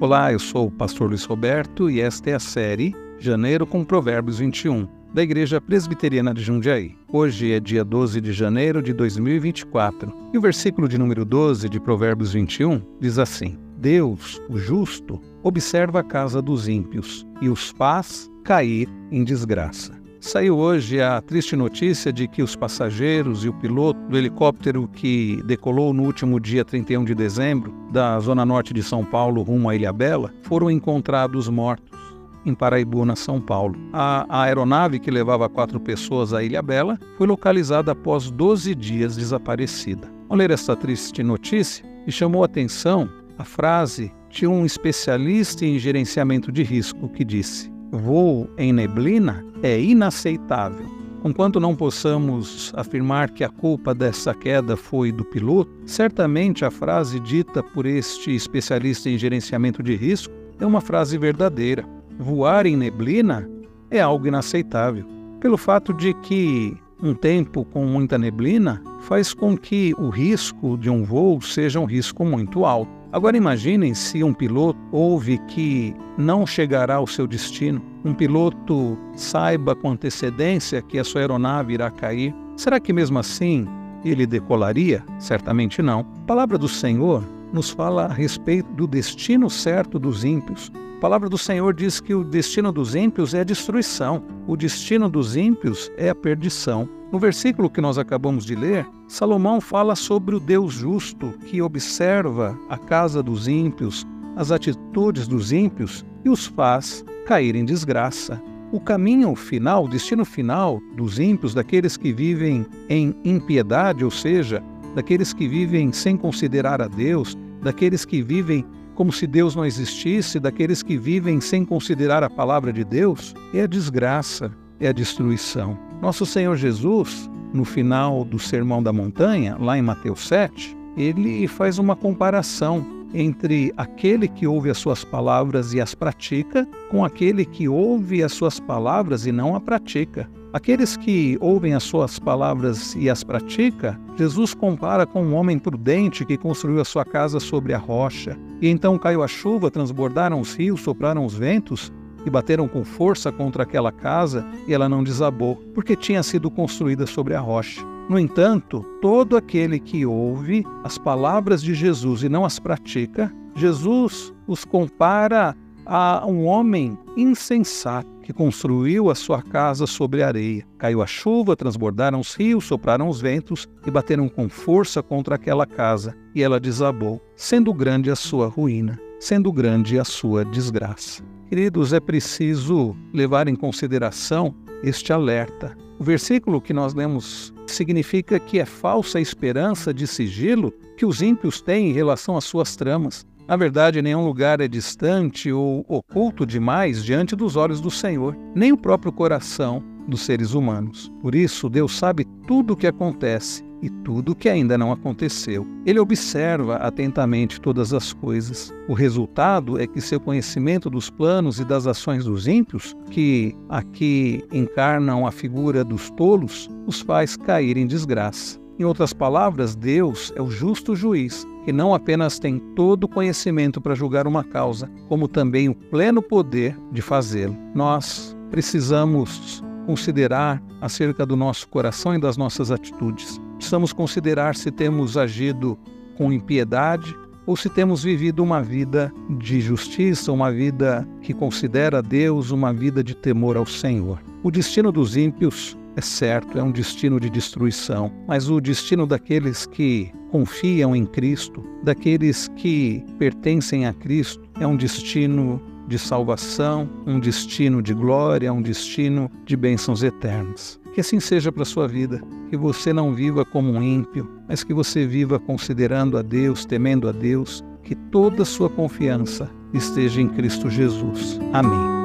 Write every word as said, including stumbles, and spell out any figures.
Olá, eu sou o pastor Luiz Roberto e esta é a série Janeiro com Provérbios vinte e um, da Igreja Presbiteriana de Jundiaí. Hoje é dia doze de janeiro de dois mil e vinte e quatro e o versículo de número doze de Provérbios vinte e um diz assim: Deus, o justo, observa a casa dos ímpios e os faz cair em desgraça. Saiu hoje a triste notícia de que os passageiros e o piloto do helicóptero que decolou no último dia trinta e um de dezembro da zona norte de São Paulo rumo à Ilhabela foram encontrados mortos em Paraibuna, São Paulo. A, a aeronave que levava quatro pessoas à Ilhabela foi localizada após doze dias desaparecida. Ao ler esta triste notícia, me chamou a atenção a frase de um especialista em gerenciamento de risco que disse: voo em neblina é inaceitável. Enquanto não possamos afirmar que a culpa dessa queda foi do piloto, certamente a frase dita por este especialista em gerenciamento de risco é uma frase verdadeira. Voar em neblina é algo inaceitável, pelo fato de que um tempo com muita neblina faz com que o risco de um voo seja um risco muito alto. Agora imaginem se um piloto ouve que não chegará ao seu destino, um piloto saiba com antecedência que a sua aeronave irá cair. Será que mesmo assim ele decolaria? Certamente não. A palavra do Senhor nos fala a respeito do destino certo dos ímpios. A palavra do Senhor diz que o destino dos ímpios é a destruição, o destino dos ímpios é a perdição. No versículo que nós acabamos de ler, Salomão fala sobre o Deus justo que observa a casa dos ímpios, as atitudes dos ímpios e os faz cair em desgraça. O caminho final, o destino final dos ímpios, daqueles que vivem em impiedade, ou seja, daqueles que vivem sem considerar a Deus, daqueles que vivem como se Deus não existisse, daqueles que vivem sem considerar a palavra de Deus, é a desgraça, é a destruição. Nosso Senhor Jesus, no final do Sermão da Montanha, lá em Mateus sete, ele faz uma comparação entre aquele que ouve as suas palavras e as pratica, com aquele que ouve as suas palavras e não a pratica. Aqueles que ouvem as suas palavras e as pratica, Jesus compara com um homem prudente que construiu a sua casa sobre a rocha. E então caiu a chuva, transbordaram os rios, sopraram os ventos e bateram com força contra aquela casa e ela não desabou, porque tinha sido construída sobre a rocha. No entanto, todo aquele que ouve as palavras de Jesus e não as pratica, Jesus os compara a um homem insensato que construiu a sua casa sobre a areia. Caiu a chuva, transbordaram os rios, sopraram os ventos e bateram com força contra aquela casa, e ela desabou, sendo grande a sua ruína, sendo grande a sua desgraça. Queridos, é preciso levar em consideração este alerta. O versículo que nós lemos significa que é falsa a esperança de sigilo que os ímpios têm em relação às suas tramas. Na verdade, nenhum lugar é distante ou oculto demais diante dos olhos do Senhor, nem o próprio coração dos seres humanos. Por isso, Deus sabe tudo o que acontece e tudo o que ainda não aconteceu. Ele observa atentamente todas as coisas. O resultado é que seu conhecimento dos planos e das ações dos ímpios, que aqui encarnam a figura dos tolos, os faz cair em desgraça. Em outras palavras, Deus é o justo juiz, que não apenas tem todo o conhecimento para julgar uma causa, como também o pleno poder de fazê-lo. Nós precisamos considerar acerca do nosso coração e das nossas atitudes. Precisamos considerar se temos agido com impiedade ou se temos vivido uma vida de justiça, uma vida que considera Deus, uma vida de temor ao Senhor. O destino dos ímpios é certo, é um destino de destruição, mas o destino daqueles que confiam em Cristo, daqueles que pertencem a Cristo, é um destino de salvação, um destino de glória, um destino de bênçãos eternas. Que assim seja para a sua vida, que você não viva como um ímpio, mas que você viva considerando a Deus, temendo a Deus, que toda a sua confiança esteja em Cristo Jesus. Amém.